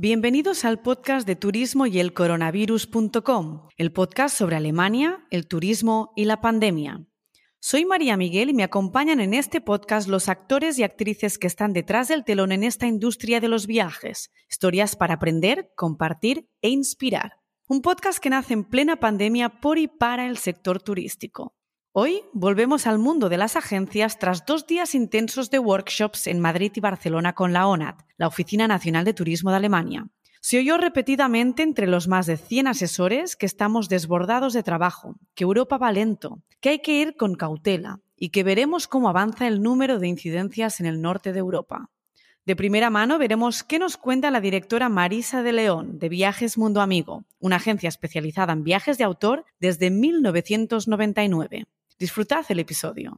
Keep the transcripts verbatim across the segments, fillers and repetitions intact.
Bienvenidos al podcast de turismo y el coronavirus punto com, el podcast sobre Alemania, el turismo y la pandemia. Soy María Miguel y me acompañan en este podcast los actores y actrices que están detrás del telón en esta industria de los viajes. Historias para aprender, compartir e inspirar. Un podcast que nace en plena pandemia por y para el sector turístico. Hoy volvemos al mundo de las agencias tras dos días intensos de workshops en Madrid y Barcelona con la O N A T, la Oficina Nacional de Turismo de Alemania. Se oyó repetidamente entre los más de cien asesores que estamos desbordados de trabajo, que Europa va lento, que hay que ir con cautela y que veremos cómo avanza el número de incidencias en el norte de Europa. De primera mano veremos qué nos cuenta la directora Marisa de León, de Viajes Mundo Amigo, una agencia especializada en viajes de autor desde mil novecientos noventa y nueve. Disfrutad el episodio.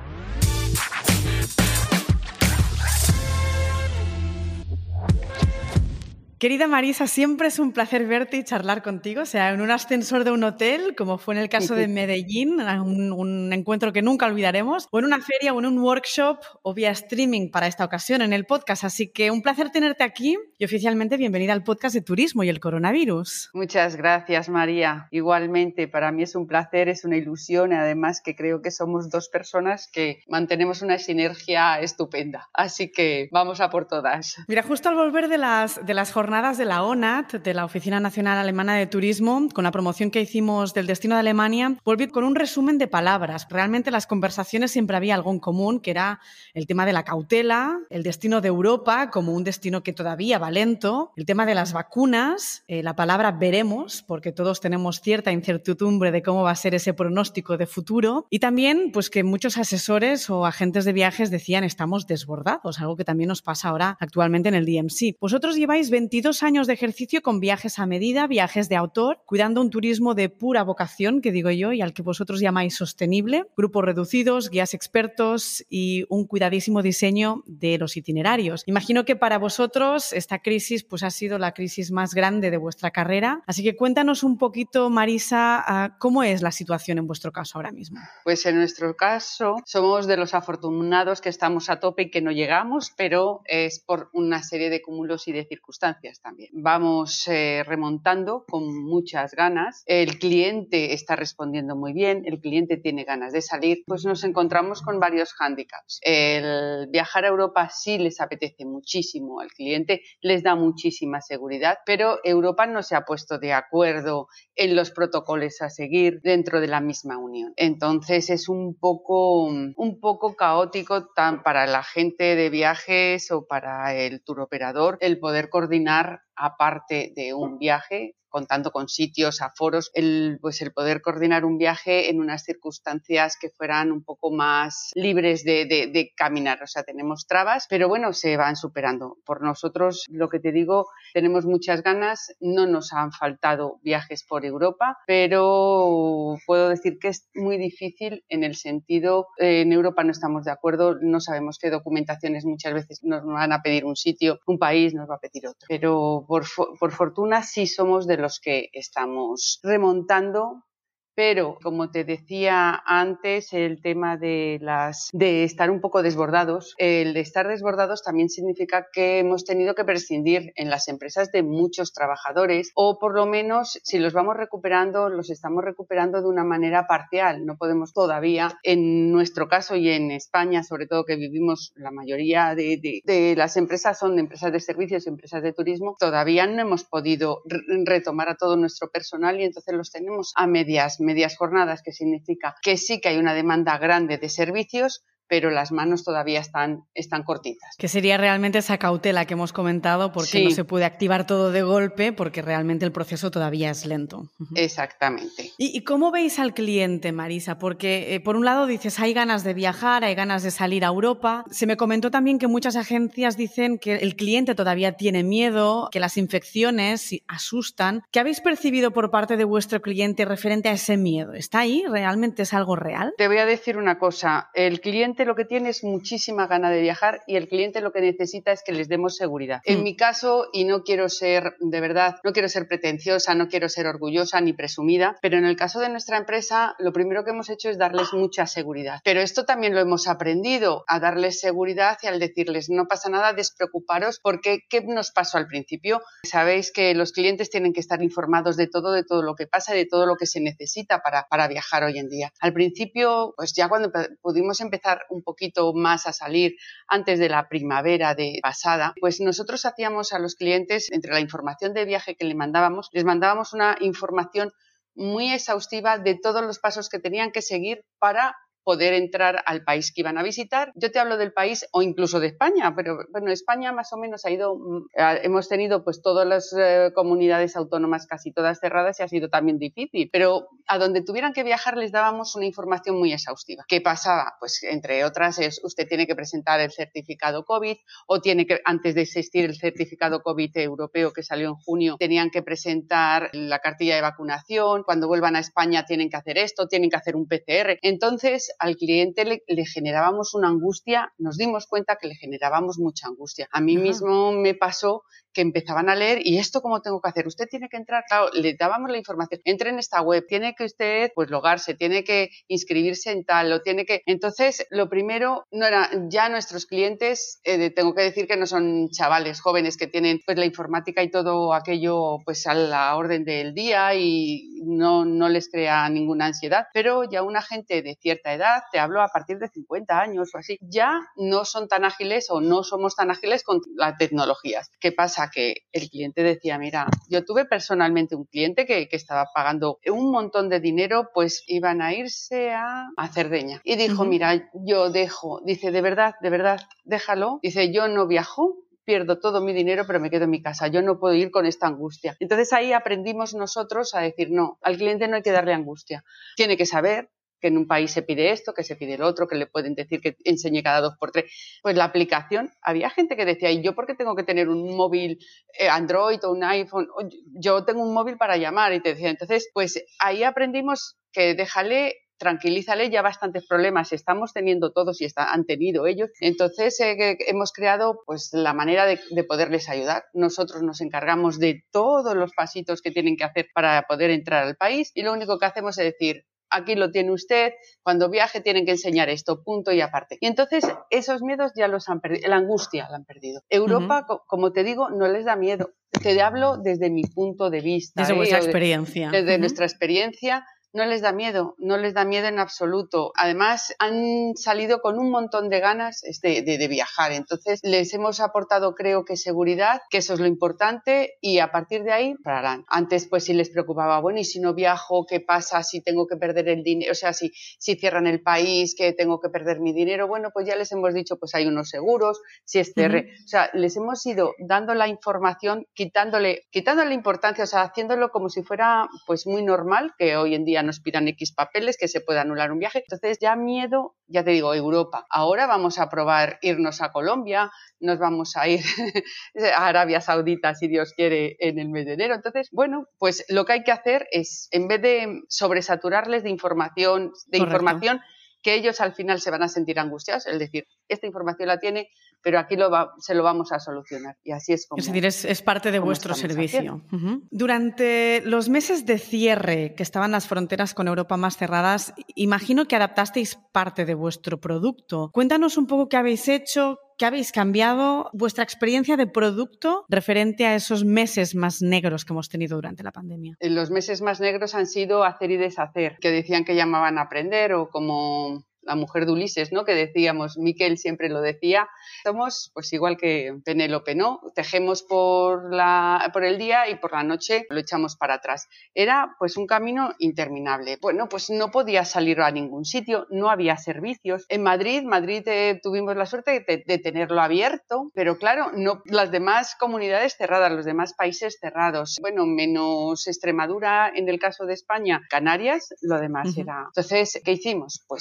Querida Marisa, siempre es un placer verte y charlar contigo, o sea, en un ascensor de un hotel, como fue en el caso de Medellín, un, un encuentro que nunca olvidaremos, o en una feria o en un workshop o vía streaming para esta ocasión en el podcast. Así que un placer tenerte aquí y oficialmente bienvenida al podcast de turismo y el coronavirus. Muchas gracias, María. Igualmente, para mí es un placer, es una ilusión, además que creo que somos dos personas que mantenemos una sinergia estupenda. Así que vamos a por todas. Mira, justo al volver de las, de las jornadas de la O N A T, de la Oficina Nacional Alemana de Turismo, con la promoción que hicimos del destino de Alemania, volví con un resumen de palabras. Realmente las conversaciones siempre había algo en común, que era el tema de la cautela, el destino de Europa como un destino que todavía va lento, el tema de las vacunas, eh, la palabra veremos, porque todos tenemos cierta incertidumbre de cómo va a ser ese pronóstico de futuro, y también pues que muchos asesores o agentes de viajes decían estamos desbordados, algo que también nos pasa ahora actualmente en el D M C. Vosotros lleváis veintidós años de ejercicio con viajes a medida, viajes de autor, cuidando un turismo de pura vocación, que digo yo, y al que vosotros llamáis sostenible, grupos reducidos, guías expertos y un cuidadísimo diseño de los itinerarios. Imagino que para vosotros esta crisis pues, ha sido la crisis más grande de vuestra carrera, así que cuéntanos un poquito, Marisa, ¿cómo es la situación en vuestro caso ahora mismo? Pues en nuestro caso somos de los afortunados que estamos a tope y que no llegamos, pero es por una serie de cúmulos y de circunstancias también. Vamos eh, remontando con muchas ganas, el cliente está respondiendo muy bien, el cliente tiene ganas de salir, pues nos encontramos con varios hándicaps. El viajar a Europa sí les apetece muchísimo al cliente, les da muchísima seguridad, pero Europa no se ha puesto de acuerdo en los protocolos a seguir dentro de la misma Unión. Entonces es un poco, un poco caótico tan para el agente de viajes o para el tour operador el poder coordinar aparte de un viaje, contando con sitios, aforos, el, pues el poder coordinar un viaje en unas circunstancias que fueran un poco más libres de, de, de caminar. O sea, tenemos trabas, pero bueno, se van superando. Por nosotros, lo que te digo, tenemos muchas ganas, no nos han faltado viajes por Europa, pero puedo decir que es muy difícil en el sentido, eh, en Europa no estamos de acuerdo, no sabemos qué documentaciones muchas veces nos van a pedir un sitio, un país nos va a pedir otro. Pero por, por fortuna sí somos de los que estamos remontando, pero como te decía antes, el tema de, las, de estar un poco desbordados, el de estar desbordados también significa que hemos tenido que prescindir en las empresas de muchos trabajadores o por lo menos si los vamos recuperando, los estamos recuperando de una manera parcial. No podemos todavía, en nuestro caso y en España, sobre todo que vivimos la mayoría de, de, de las empresas son empresas de servicios, empresas de turismo, todavía no hemos podido re- retomar a todo nuestro personal y entonces los tenemos a medias medias jornadas, que significa que sí que hay una demanda grande de servicios, pero las manos todavía están, están cortitas. Que sería realmente esa cautela que hemos comentado, porque sí. no se puede activar todo de golpe, porque realmente el proceso todavía es lento. Uh-huh. Exactamente. ¿Y, ¿Y cómo veis al cliente, Marisa? Porque, eh, por un lado, dices, hay ganas de viajar, hay ganas de salir a Europa. Se me comentó también que muchas agencias dicen que el cliente todavía tiene miedo, que las infecciones asustan. ¿Qué habéis percibido por parte de vuestro cliente referente a ese miedo? ¿Está ahí? ¿Realmente es algo real? Te voy a decir una cosa. El cliente cliente lo que tiene es muchísima gana de viajar y el cliente lo que necesita es que les demos seguridad. En mm. mi caso, y no quiero ser, de verdad, no quiero ser pretenciosa, no quiero ser orgullosa ni presumida, pero en el caso de nuestra empresa, lo primero que hemos hecho es darles mucha seguridad. Pero esto también lo hemos aprendido, a darles seguridad y al decirles, no pasa nada, despreocuparos, porque ¿qué nos pasó al principio? Sabéis que los clientes tienen que estar informados de todo, de todo lo que pasa, de todo lo que se necesita para, para viajar hoy en día. Al principio, pues ya cuando pudimos empezar un poquito más a salir antes de la primavera de pasada, pues nosotros hacíamos a los clientes, entre la información de viaje que le mandábamos, les mandábamos una información muy exhaustiva de todos los pasos que tenían que seguir para poder entrar al país que iban a visitar. Yo te hablo del país o incluso de España, pero bueno, España más o menos ha ido, eh, hemos tenido pues todas las eh, comunidades autónomas casi todas cerradas y ha sido también difícil, pero a donde tuvieran que viajar les dábamos una información muy exhaustiva. ¿Qué pasaba? Pues entre otras es usted tiene que presentar el certificado COVID o tiene que, antes de existir el certificado COVID europeo que salió en junio, tenían que presentar la cartilla de vacunación, cuando vuelvan a España tienen que hacer esto, tienen que hacer un P C R. Entonces, al cliente le, le generábamos una angustia, nos dimos cuenta que le generábamos mucha angustia. A mí Ajá. mismo me pasó que empezaban a leer, ¿y esto cómo tengo que hacer? Usted tiene que entrar, claro, le dábamos la información, entre en esta web, tiene que usted pues logarse, tiene que inscribirse en tal, o tiene que... Entonces, lo primero, no era, ya nuestros clientes, eh, tengo que decir que no son chavales jóvenes que tienen pues la informática y todo aquello pues a la orden del día y no, no les crea ninguna ansiedad, pero ya una gente de cierta edad, te hablo a partir de cincuenta años o así, ya no son tan ágiles o no somos tan ágiles con las tecnologías. ¿Qué pasa? Que el cliente decía, mira, yo tuve personalmente un cliente que, que estaba pagando un montón de dinero, pues iban a irse a, a Cerdeña. Y dijo, uh-huh. mira, yo dejo, dice, de verdad, de verdad, déjalo. Dice, yo no viajo, pierdo todo mi dinero, pero me quedo en mi casa. Yo no puedo ir con esta angustia. Entonces ahí aprendimos nosotros a decir, no, al cliente no hay que darle angustia. Tiene que saber que en un país se pide esto, que se pide el otro, que le pueden decir que enseñe cada dos por tres. Pues la aplicación, había gente que decía, ¿y yo por qué tengo que tener un móvil eh, Android o un iPhone? Yo tengo un móvil para llamar, y te decía. Entonces, pues ahí aprendimos que déjale, tranquilízale, ya bastantes problemas estamos teniendo todos y está, han tenido ellos. Entonces, eh, hemos creado pues la manera de, de poderles ayudar. Nosotros nos encargamos de todos los pasitos que tienen que hacer para poder entrar al país y lo único que hacemos es decir, aquí lo tiene usted, cuando viaje tienen que enseñar esto, punto y aparte. Y entonces esos miedos ya los han perdido, la angustia la han perdido. Europa, uh-huh. co- como te digo, no les da miedo. Te hablo desde mi punto de vista. Desde ¿eh? vuestra experiencia. Desde uh-huh. nuestra experiencia. No les da miedo, no les da miedo en absoluto. Además, han salido con un montón de ganas de, de, de viajar. Entonces, les hemos aportado, creo que seguridad, que eso es lo importante, y a partir de ahí, pararán. Antes, pues sí les preocupaba, bueno, ¿y si no viajo? ¿Qué pasa si tengo que perder el dinero? O sea, si, si cierran el país, que tengo que perder mi dinero. Bueno, pues ya les hemos dicho, pues hay unos seguros, si es cierre. Uh-huh. O sea, les hemos ido dando la información, quitándole, quitándole importancia, o sea, haciéndolo como si fuera, pues muy normal, que hoy en día nos pidan X papeles, que se pueda anular un viaje. Entonces ya miedo, ya te digo, Europa. Ahora vamos a probar irnos a Colombia, nos vamos a ir a Arabia Saudita, si Dios quiere, en el mes de enero. Entonces, bueno, pues lo que hay que hacer es, en vez de sobresaturarles de información, de Correcto. información, que ellos al final se van a sentir angustiados, es decir, esta información la tiene, pero aquí lo va, se lo vamos a solucionar. Y así es como... Es decir, es, es parte de vuestro servicio. Uh-huh. Durante los meses de cierre, que estaban las fronteras con Europa más cerradas, imagino que adaptasteis parte de vuestro producto. Cuéntanos un poco qué habéis hecho, qué habéis cambiado, vuestra experiencia de producto referente a esos meses más negros que hemos tenido durante la pandemia. Los meses más negros han sido hacer y deshacer, que decían que llamaban a aprender, o como la mujer de Ulises, ¿no? Que decíamos, Miquel siempre lo decía, somos pues igual que Penélope, ¿no? Tejemos por, la, por el día y por la noche lo echamos para atrás. Era pues un camino interminable. Bueno, pues no podía salir a ningún sitio, no había servicios. En Madrid, Madrid eh, tuvimos la suerte de, de tenerlo abierto, pero claro, no, las demás comunidades cerradas, los demás países cerrados. Bueno, menos Extremadura en el caso de España, Canarias, lo demás uh-huh. era... Entonces, ¿qué hicimos? Pues a donde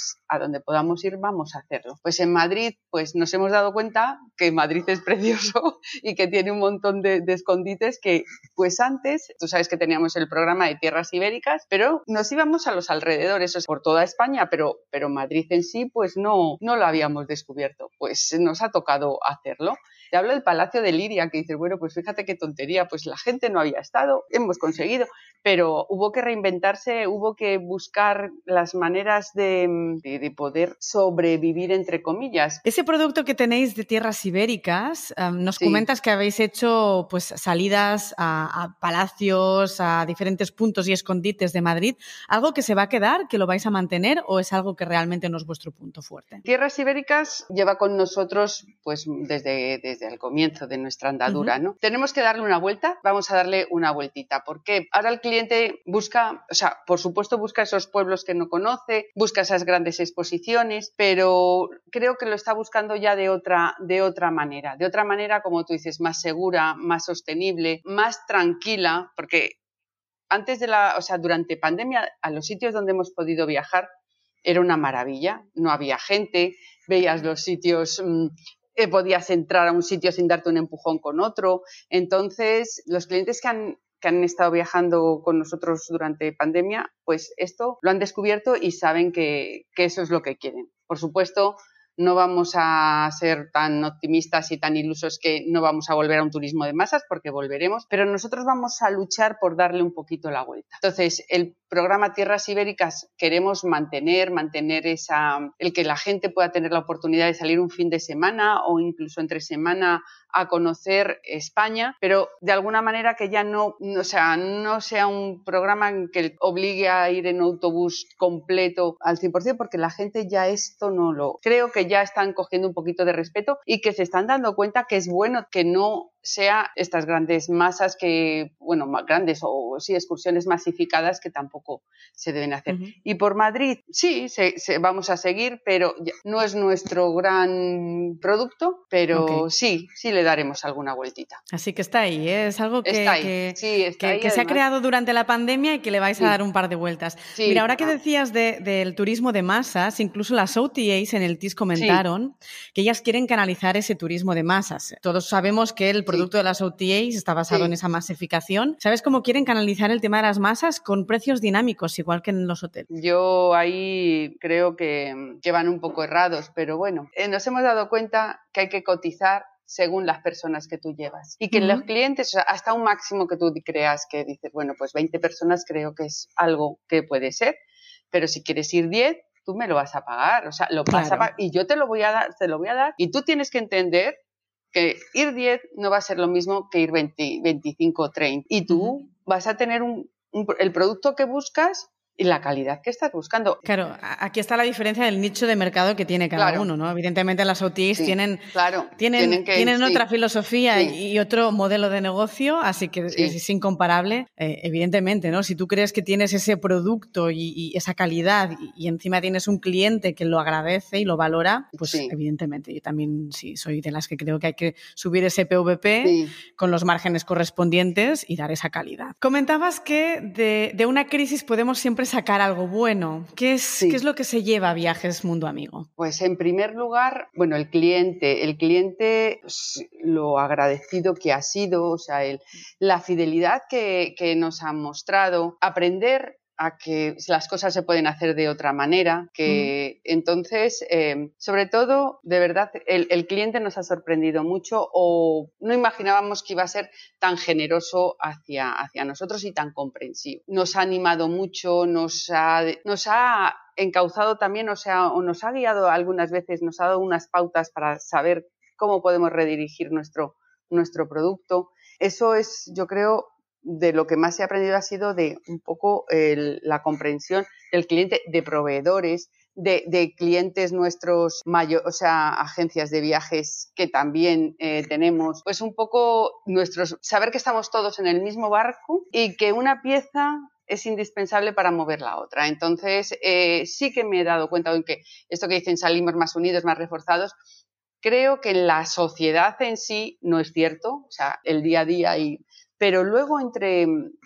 donde podamos ir vamos a hacerlo. Pues en Madrid pues nos hemos dado cuenta que Madrid es precioso y que tiene un montón de, de escondites que pues antes, tú sabes que teníamos el programa de tierras ibéricas, pero nos íbamos a los alrededores, o sea, por toda España, pero, pero Madrid en sí pues no, no lo habíamos descubierto, pues nos ha tocado hacerlo. Te hablo del Palacio de Liria, que dices, bueno, pues fíjate qué tontería, pues la gente no había estado, hemos conseguido, pero hubo que reinventarse, hubo que buscar las maneras de, de, de poder sobrevivir, entre comillas. Ese producto que tenéis de tierras ibéricas, um, nos Sí. comentas que habéis hecho pues salidas a, a palacios, a diferentes puntos y escondites de Madrid. ¿Algo que se va a quedar, que lo vais a mantener o es algo que realmente no es vuestro punto fuerte? Tierras Ibéricas lleva con nosotros pues desde, desde el comienzo de nuestra andadura, uh-huh. ¿no? Tenemos que darle una vuelta, vamos a darle una vueltita, porque ahora el cliente busca, o sea, por supuesto busca esos pueblos que no conoce, busca esas grandes exposiciones, pero creo que lo está buscando ya de otra, de otra manera, de otra manera, como tú dices, más segura, más sostenible, más tranquila, porque antes de la, o sea, durante pandemia, a los sitios donde hemos podido viajar, era una maravilla, no había gente, veías los sitios, eh, podías entrar a un sitio sin darte un empujón con otro. Entonces, los clientes que han, que han estado viajando con nosotros durante pandemia, pues esto lo han descubierto y saben que, que eso es lo que quieren. Por supuesto, no vamos a ser tan optimistas y tan ilusos que no vamos a volver a un turismo de masas, porque volveremos, pero nosotros vamos a luchar por darle un poquito la vuelta. Entonces, el programa Tierras Ibéricas queremos mantener, mantener esa, el que la gente pueda tener la oportunidad de salir un fin de semana o incluso entre semana a conocer España, pero de alguna manera que ya no, o sea, no sea un programa en que obligue a ir en autobús completo al cien por ciento, porque la gente ya esto no lo... Creo que ya están cogiendo un poquito de respeto y que se están dando cuenta que es bueno que no sea estas grandes masas que, bueno, más grandes o sí, excursiones masificadas que tampoco se deben hacer. Uh-huh. Y por Madrid, sí, se, se, vamos a seguir, pero ya, no es nuestro gran producto, pero okay. sí, sí le daremos alguna vueltita. Así que está ahí, ¿eh? Es algo que, está ahí. que, sí, está que, ahí, que se ha creado durante la pandemia y que le vais sí. a dar un par de vueltas. Sí, Mira, ahora claro. que decías de, del turismo de masas, incluso las O T As en el T I S comentaron sí. que ellas quieren canalizar ese turismo de masas. Todos sabemos que el producto sí. de las O T As está basado sí. en esa masificación. ¿Sabes cómo quieren canalizar el tema de las masas? Con precios dinámicos, igual que en los hoteles. Yo ahí creo que, que van un poco errados, pero bueno, eh, nos hemos dado cuenta que hay que cotizar según las personas que tú llevas. Y que uh-huh. los clientes, o sea, hasta un máximo que tú creas que dices, bueno, pues veinte personas creo que es algo que puede ser, pero si quieres ir diez, tú me lo vas a pagar, o sea, lo vas claro. a pagar y yo te lo voy a dar, te lo voy a dar y tú tienes que entender que ir diez no va a ser lo mismo que ir veinte, veinticinco o treinta y tú uh-huh. vas a tener un, un, el producto que buscas y la calidad que estás buscando. Claro, aquí está la diferencia del nicho de mercado que tiene cada claro. uno, ¿no? Evidentemente las O T As sí, tienen, claro. tienen, tienen, que, tienen sí. otra filosofía sí. y otro modelo de negocio, así que sí. es incomparable, eh, evidentemente, ¿no? Si tú crees que tienes ese producto y, y esa calidad y, y encima tienes un cliente que lo agradece y lo valora, pues sí. evidentemente, yo también sí soy de las que creo que hay que subir ese P V P sí. con los márgenes correspondientes y dar esa calidad. Comentabas que de, de una crisis podemos siempre sacar algo bueno. ¿Qué es, sí. ¿Qué es lo que se lleva a Viajes Mundo Amigo? Pues en primer lugar, bueno, el cliente, el cliente, pues, lo agradecido que ha sido, o sea, el, la fidelidad que, que nos han mostrado, aprender a que las cosas se pueden hacer de otra manera, que uh-huh. entonces, eh, sobre todo, de verdad, el, el cliente nos ha sorprendido mucho o no imaginábamos que iba a ser tan generoso hacia, hacia nosotros y tan comprensivo. Nos ha animado mucho, nos ha, nos ha encauzado también, o sea, o nos ha guiado algunas veces, nos ha dado unas pautas para saber cómo podemos redirigir nuestro, nuestro producto. Eso es, yo creo, de lo que más he aprendido ha sido de un poco el, la comprensión del cliente, de proveedores, de, de clientes nuestros, mayor, o sea, agencias de viajes que también eh, tenemos, pues un poco nuestros, saber que estamos todos en el mismo barco y que una pieza es indispensable para mover la otra. Entonces, eh, sí que me he dado cuenta de que esto que dicen salimos más unidos, más reforzados, creo que en la sociedad en sí no es cierto, o sea, el día a día y pero luego entre,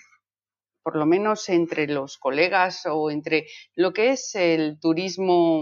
por lo menos entre los colegas o entre lo que es el turismo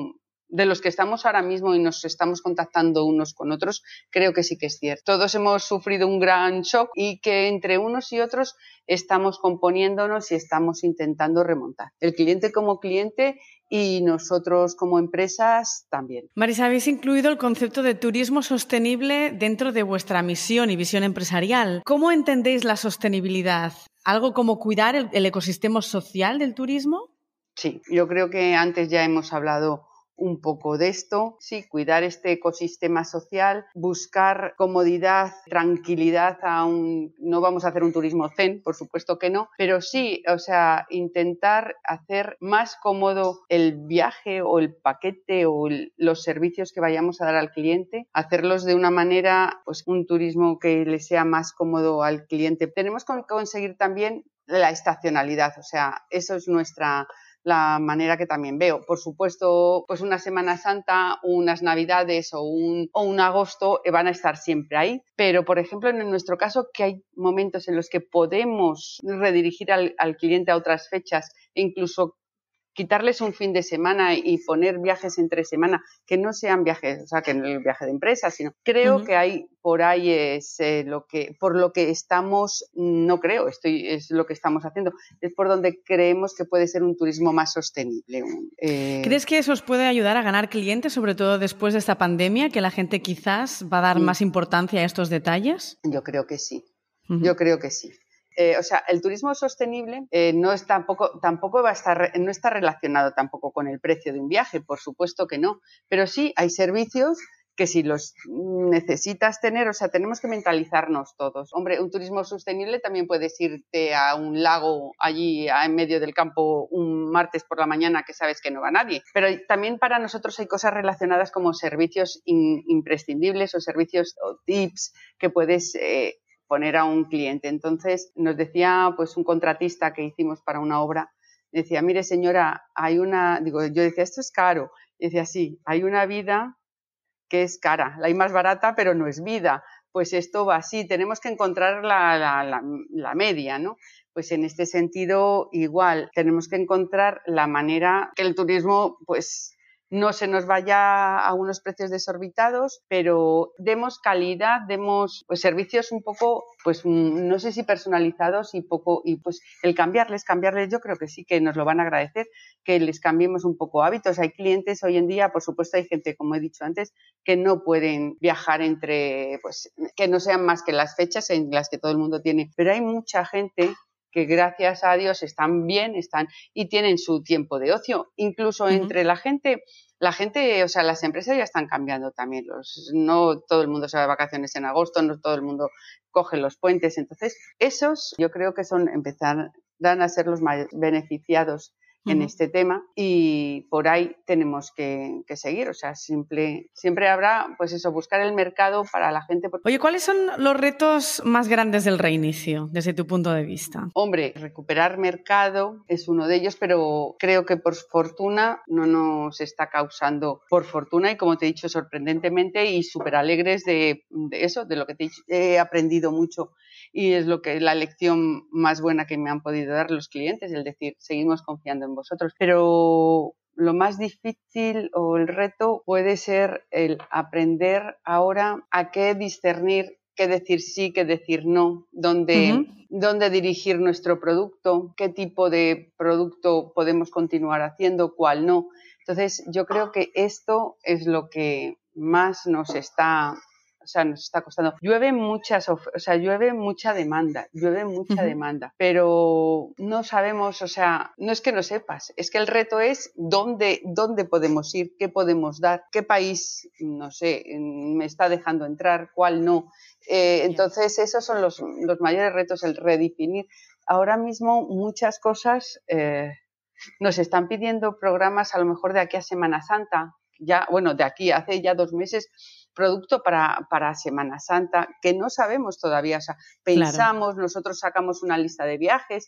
de los que estamos ahora mismo y nos estamos contactando unos con otros, creo que sí que es cierto. Todos hemos sufrido un gran shock y que entre unos y otros estamos componiéndonos y estamos intentando remontar. El cliente como cliente y nosotros como empresas también. Marisa, habéis incluido el concepto de turismo sostenible dentro de vuestra misión y visión empresarial. ¿Cómo entendéis la sostenibilidad? ¿Algo como cuidar el, el ecosistema social del turismo? Sí, yo creo que antes ya hemos hablado un poco de esto. Sí, cuidar este ecosistema social, buscar comodidad, tranquilidad. A un... No vamos a hacer un turismo zen, por supuesto que no, pero sí, o sea, intentar hacer más cómodo el viaje o el paquete o el... los servicios que vayamos a dar al cliente, hacerlos de una manera, pues un turismo que le sea más cómodo al cliente. Tenemos que conseguir también la estacionalidad, o sea, eso es nuestra... la manera que también veo. Por supuesto, pues una Semana Santa, unas Navidades o un, o un agosto van a estar siempre ahí, pero por ejemplo en nuestro caso que hay momentos en los que podemos redirigir al, al cliente a otras fechas e incluso quitarles un fin de semana y poner viajes entre semana, que no sean viajes, o sea, que no el viaje de empresa, sino creo uh-huh. que hay por ahí es eh, lo que, por lo que estamos, no creo, estoy, es lo que estamos haciendo, es por donde creemos que puede ser un turismo más sostenible. Eh... ¿Crees que eso os puede ayudar a ganar clientes, sobre todo después de esta pandemia, que la gente quizás va a dar sí. más importancia a estos detalles? Yo creo que sí, uh-huh. yo creo que sí. Eh, o sea, el turismo sostenible eh, no es tampoco, tampoco va a estar, no está relacionado tampoco con el precio de un viaje, por supuesto que no, pero sí hay servicios que si los necesitas tener, o sea, tenemos que mentalizarnos todos. Hombre, un turismo sostenible también puedes irte a un lago allí en medio del campo un martes por la mañana que sabes que no va nadie, pero también para nosotros hay cosas relacionadas como servicios in, imprescindibles o servicios o tips que puedes... Eh, poner a un cliente. Entonces nos decía pues un contratista que hicimos para una obra, decía, mire señora, hay una, digo, yo decía, esto es caro, y decía, sí, hay una vida que es cara, la hay más barata pero no es vida, pues esto va así, tenemos que encontrar la, la, la, la media, ¿no? Pues en este sentido igual, tenemos que encontrar la manera que el turismo pues no se nos vaya a unos precios desorbitados, pero demos calidad, demos pues, servicios un poco, pues no sé si personalizados y poco, y pues el cambiarles, cambiarles, yo creo que sí que nos lo van a agradecer, que les cambiemos un poco hábitos. Hay clientes hoy en día, por supuesto hay gente, como he dicho antes, que no pueden viajar entre, pues que no sean más que las fechas en las que todo el mundo tiene, pero hay mucha gente que gracias a Dios están bien, están y tienen su tiempo de ocio. Incluso uh-huh. entre la gente, la gente, o sea, las empresas ya están cambiando también. Los, no todo el mundo se va de vacaciones en agosto, no todo el mundo coge los puentes. Entonces, esos yo creo que son, empezarán a ser los más beneficiados en uh-huh. este tema y por ahí tenemos que, que seguir, o sea, siempre, siempre habrá, pues eso, buscar el mercado para la gente. Oye, ¿cuáles son los retos más grandes del reinicio, desde tu punto de vista? Hombre, recuperar mercado es uno de ellos, pero creo que por fortuna no nos está causando, por fortuna y como te he dicho, sorprendentemente y súper alegres de, de eso, de lo que te he dicho, he aprendido mucho y es lo que la lección más buena que me han podido dar los clientes, es decir, seguimos confiando en vosotros, pero lo más difícil o el reto puede ser el aprender ahora a qué discernir, qué decir sí, qué decir no, dónde, uh-huh. dónde dirigir nuestro producto, qué tipo de producto podemos continuar haciendo, cuál no. Entonces, yo creo que esto es lo que más nos está... O sea, nos está costando. Llueve muchas, o sea, llueve mucha demanda, llueve mucha uh-huh. demanda, pero no sabemos, o sea, no es que no sepas, es que el reto es dónde, dónde podemos ir, qué podemos dar, qué país, no sé, me está dejando entrar, cuál no. Eh, entonces, esos son los, los mayores retos, el redefinir. Ahora mismo muchas cosas eh, nos están pidiendo programas a lo mejor de aquí a Semana Santa, ya, bueno, de aquí hace ya dos meses, producto para, para Semana Santa, que no sabemos todavía, o sea, pensamos, claro. nosotros sacamos una lista de viajes,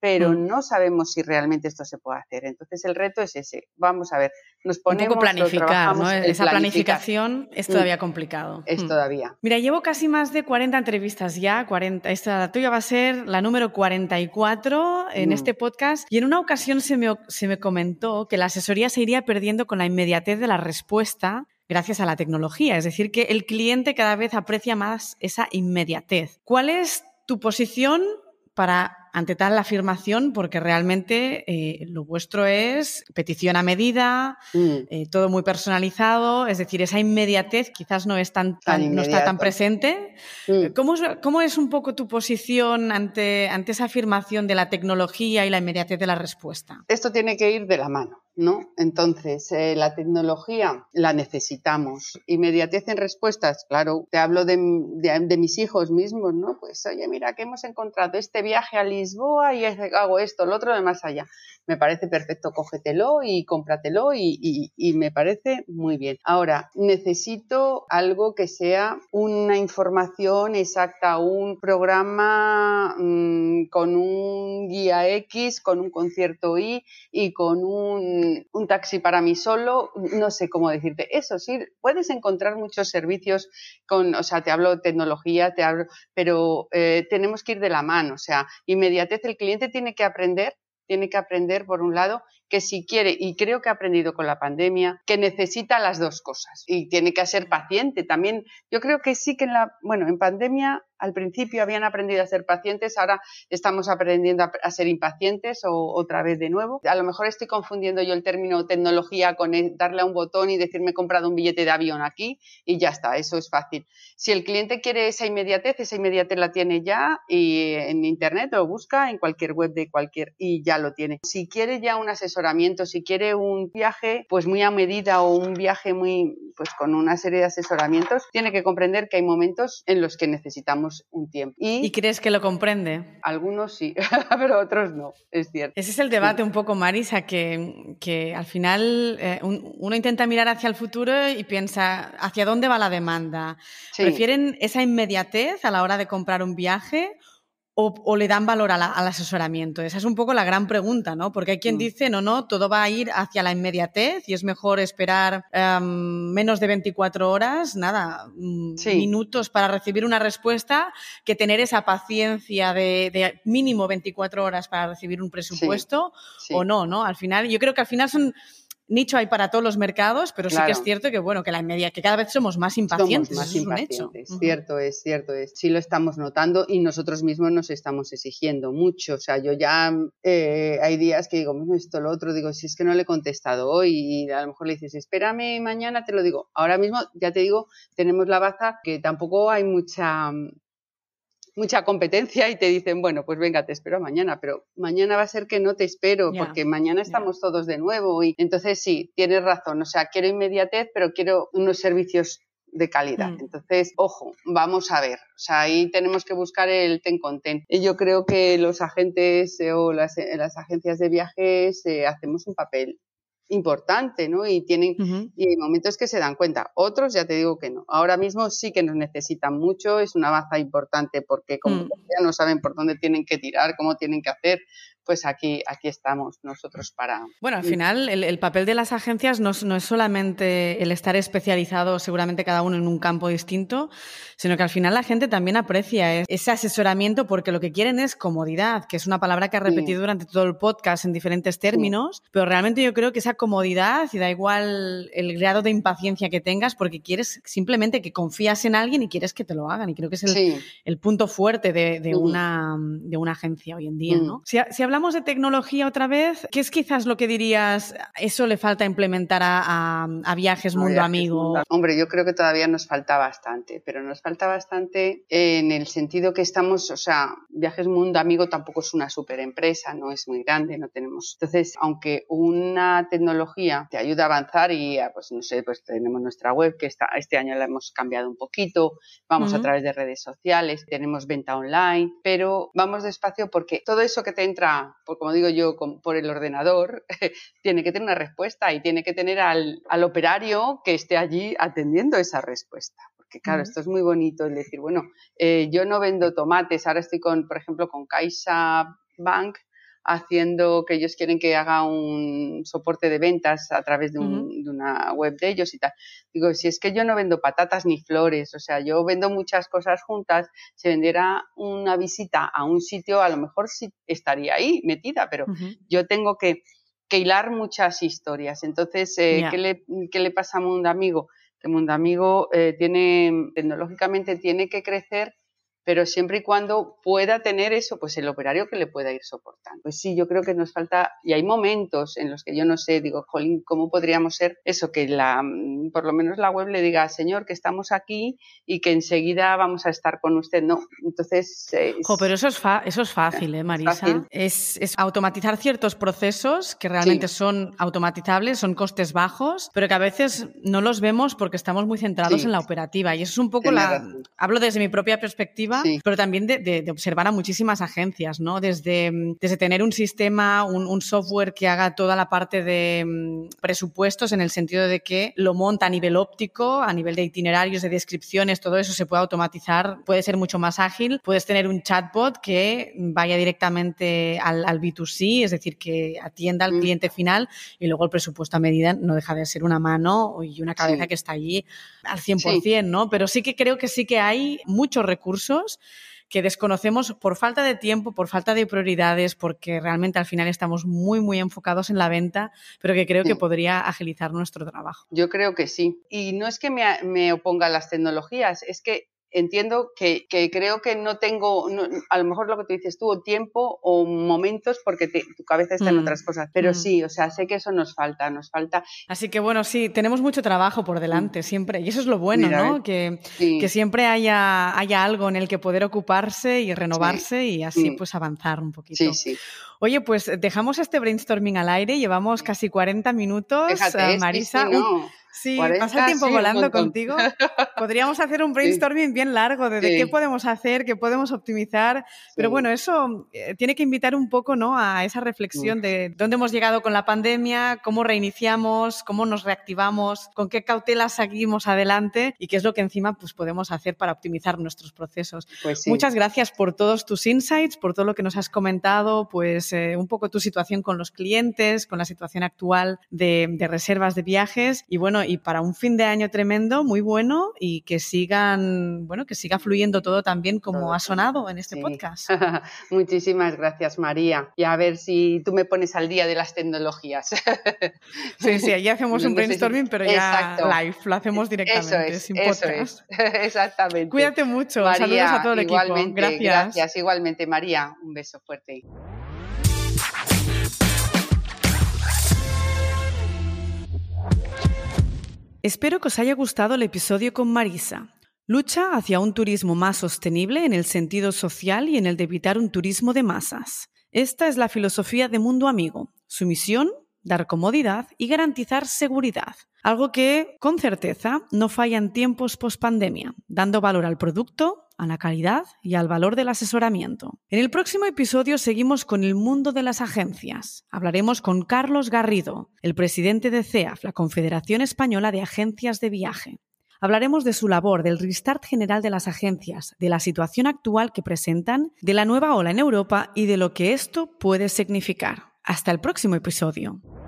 pero Mm. no sabemos si realmente esto se puede hacer. Entonces, el reto es ese. Vamos a ver, nos ponemos... Un poco planificar, ¿no? Esa planificar. planificación es todavía mm. complicado. Es mm. todavía. Mira, llevo casi más de cuarenta entrevistas ya. cuarenta, esta tuya va a ser la número cuarenta y cuatro en mm. este podcast. Y en una ocasión se me, se me comentó que la asesoría se iría perdiendo con la inmediatez de la respuesta gracias a la tecnología. Es decir, que el cliente cada vez aprecia más esa inmediatez. ¿Cuál es tu posición para ante tal afirmación? Porque realmente eh, lo vuestro es petición a medida, mm. eh, todo muy personalizado, es decir, esa inmediatez quizás no, es tan, tan, tan no está tan presente. Mm. ¿Cómo, es, ¿Cómo es un poco tu posición ante, ante esa afirmación de la tecnología y la inmediatez de la respuesta? Esto tiene que ir de la mano, ¿no? Entonces, eh, la tecnología la necesitamos. Inmediatez en respuestas, claro, te hablo de, de, de mis hijos mismos, ¿no? Pues, oye, mira, que hemos encontrado este viaje a Lisboa y hago esto, lo otro de más allá. Me parece perfecto, cógetelo y cómpratelo y, y, y me parece muy bien. Ahora, necesito algo que sea una información exacta, un programa mmm, con un guía X, con un concierto Y y con un, un taxi para mí solo, no sé cómo decirte. Eso sí, puedes encontrar muchos servicios con, o sea, te hablo de tecnología, te hablo, pero eh, tenemos que ir de la mano, o sea, inmediatez, el cliente tiene que aprender tiene que aprender, por un lado, que si quiere, y creo que ha aprendido con la pandemia, que necesita las dos cosas y tiene que ser paciente. También yo creo que sí que en la, bueno, en pandemia al principio habían aprendido a ser pacientes, ahora estamos aprendiendo a, a ser impacientes o otra vez de nuevo. A lo mejor estoy confundiendo yo el término tecnología con el, darle a un botón y decirme he comprado un billete de avión aquí y ya está, eso es fácil. Si el cliente quiere esa inmediatez, esa inmediatez la tiene ya y en internet lo busca, en cualquier web de cualquier y ya lo tiene. Si quiere ya un asesoramiento, si quiere un viaje pues muy a medida o un viaje muy pues con una serie de asesoramientos, tiene que comprender que hay momentos en los que necesitamos un tiempo. ¿Y, ¿Y crees que lo comprende? Algunos sí, pero otros no, es cierto. Ese es el debate sí. un poco, Marisa, que, que al final eh, un, uno intenta mirar hacia el futuro y piensa hacia dónde va la demanda. Sí. ¿Prefieren esa inmediatez a la hora de comprar un viaje? O, o le dan valor a la, al asesoramiento? Esa es un poco la gran pregunta, ¿no? Porque hay quien mm. dice, no, no, todo va a ir hacia la inmediatez y es mejor esperar um, menos de veinticuatro horas, nada, sí. minutos para recibir una respuesta, que tener esa paciencia de, de mínimo veinticuatro horas para recibir un presupuesto sí. Sí. o no, ¿no? Al final, yo creo que al final son... Nicho hay para todos los mercados, pero claro. sí que es cierto que, bueno, que la inmedia, que cada vez somos más impacientes. Somos más eso impacientes, es un hecho. Cierto es, cierto es. Sí lo estamos notando y nosotros mismos nos estamos exigiendo mucho. O sea, yo ya eh, hay días que digo, bueno, esto, lo otro, digo, si es que no le he contestado hoy y a lo mejor le dices, espérame, mañana te lo digo. Ahora mismo, ya te digo, tenemos la baza que tampoco hay mucha... mucha competencia y te dicen, bueno, pues venga, te espero mañana, pero mañana va a ser que no te espero, yeah, porque mañana estamos yeah. todos de nuevo y entonces sí, tienes razón, o sea, quiero inmediatez, pero quiero unos servicios de calidad. Mm. Entonces, ojo, vamos a ver, o sea, ahí tenemos que buscar el ten con ten. Y yo creo que los agentes eh, o las, eh, las agencias de viajes eh, hacemos un papel importante, ¿no? Y tienen uh-huh. y hay momentos que se dan cuenta, otros ya te digo que no. Ahora mismo sí que nos necesitan mucho, es una baza importante porque como uh-huh. ya no saben por dónde tienen que tirar, cómo tienen que hacer, pues aquí, aquí estamos nosotros para... Bueno, al final el, el papel de las agencias no es, no es solamente el estar especializado seguramente cada uno en un campo distinto, sino que al final la gente también aprecia ese asesoramiento porque lo que quieren es comodidad, que es una palabra que ha repetido sí. durante todo el podcast en diferentes términos, sí. pero realmente yo creo que esa comodidad, y da igual el grado de impaciencia que tengas, porque quieres simplemente que confías en alguien y quieres que te lo hagan, y creo que es el, sí. el punto fuerte de, de, uh-huh. una, de una agencia hoy en día, uh-huh. ¿no? Si, si hablamos de tecnología otra vez, ¿qué es quizás lo que dirías, eso le falta implementar a, a, a Viajes Mundo viajes, Amigo? Mundo. Hombre, yo creo que todavía nos falta bastante, pero nos falta bastante en el sentido que estamos, o sea, Viajes Mundo Amigo tampoco es una super empresa, no es muy grande, no tenemos... Entonces, aunque una tecnología te ayuda a avanzar y, pues no sé, pues tenemos nuestra web que está, este año la hemos cambiado un poquito, vamos uh-huh. a través de redes sociales, tenemos venta online, pero vamos despacio porque todo eso que te entra, por, como digo yo, con, por el ordenador, tiene que tener una respuesta y tiene que tener al, al operario que esté allí atendiendo esa respuesta. Porque claro, uh-huh. esto es muy bonito, el decir, bueno, eh, yo no vendo tomates, ahora estoy con, por ejemplo, con CaixaBank, haciendo que ellos quieren que haga un soporte de ventas a través de, un, Uh-huh. de una web de ellos y tal. Digo, si es que yo no vendo patatas ni flores, o sea, yo vendo muchas cosas juntas, si vendiera una visita a un sitio, a lo mejor sí estaría ahí metida, pero uh-huh. yo tengo que, que hilar muchas historias. Entonces, eh, yeah. ¿qué, le, ¿qué le pasa a Mundo Amigo? Que Mundo Amigo eh, tiene, tecnológicamente tiene que crecer, pero siempre y cuando pueda tener eso, pues el operario que le pueda ir soportando. Pues sí, yo creo que nos falta, y hay momentos en los que yo no sé, digo, jolín, ¿cómo podríamos ser eso? Que la, por lo menos la web le diga, señor, que estamos aquí y que enseguida vamos a estar con usted, ¿no? Entonces... Es, jo, pero eso es, fa- eso es fácil, ¿eh, Marisa? Es, fácil. es, es automatizar ciertos procesos que realmente sí. son automatizables, son costes bajos, pero que a veces no los vemos porque estamos muy centrados sí. en la operativa. Y eso es un poco la... Razón. Hablo desde mi propia perspectiva, sí. pero también de, de, de observar a muchísimas agencias, ¿no? Desde, desde tener un sistema, un, un software que haga toda la parte de um, presupuestos en el sentido de que lo monta a nivel óptico, a nivel de itinerarios, de descripciones, todo eso se puede automatizar, puede ser mucho más ágil. Puedes tener un chatbot que vaya directamente al, al B dos C, es decir, que atienda al mm. cliente final y luego el presupuesto a medida no deja de ser una mano y una cabeza sí. que está allí al cien por ciento, sí. ¿no? Pero sí que creo que sí que hay muchos recursos que desconocemos por falta de tiempo, por falta de prioridades, porque realmente al final estamos muy, muy enfocados en la venta, pero que creo sí. que podría agilizar nuestro trabajo. Yo creo que sí. Y no es que me, me oponga a las tecnologías, es que entiendo que, que creo que no tengo, no, a lo mejor lo que tú dices tú, o tiempo o momentos porque te, tu cabeza está mm. en otras cosas, pero mm. sí, o sea, sé que eso nos falta, nos falta. Así que bueno, sí, tenemos mucho trabajo por delante mm. siempre, y eso es lo bueno, Mira, ¿no? Que, sí. que siempre haya, haya algo en el que poder ocuparse y renovarse sí. y así mm. pues avanzar un poquito. Sí, sí. Oye, pues dejamos este brainstorming al aire, llevamos casi cuarenta minutos, Fíjate, Marisa. Sí, sí, no. Sí, cuarenta, pasa el tiempo sí, volando contigo. Podríamos hacer un brainstorming sí. bien largo de, de sí. qué podemos hacer, qué podemos optimizar. Sí. Pero bueno, eso eh, tiene que invitar un poco, ¿no?, a esa reflexión Uf. de dónde hemos llegado con la pandemia, cómo reiniciamos, cómo nos reactivamos, con qué cautela seguimos adelante y qué es lo que encima pues, podemos hacer para optimizar nuestros procesos. Pues sí. Muchas gracias por todos tus insights, por todo lo que nos has comentado, pues eh, un poco tu situación con los clientes, con la situación actual de, de reservas de viajes y bueno, y para un fin de año tremendo, muy bueno y que sigan, bueno, que siga fluyendo todo tan bien como todo ha sonado en este sí. podcast. Muchísimas gracias, María. Y a ver si tú me pones al día de las tecnologías. Sí, sí, allí hacemos no, un brainstorming, pero ya Exacto. live, lo hacemos directamente, eso es, sin eso podcast. Es. Exactamente. Cuídate mucho, María, saludos a todo el igualmente, equipo. Gracias. Gracias, igualmente, María. Un beso fuerte. Espero que os haya gustado el episodio con Marisa. Lucha hacia un turismo más sostenible en el sentido social y en el de evitar un turismo de masas. Esta es la filosofía de Mundo Amigo. Su misión, dar comodidad y garantizar seguridad. Algo que, con certeza, no falla en tiempos post-pandemia, dando valor al producto, a la calidad y al valor del asesoramiento. En el próximo episodio seguimos con el mundo de las agencias. Hablaremos con Carlos Garrido, el presidente de C E A F, la Confederación Española de Agencias de Viaje. Hablaremos de su labor, del restart general de las agencias, de la situación actual que presentan, de la nueva ola en Europa y de lo que esto puede significar. Hasta el próximo episodio.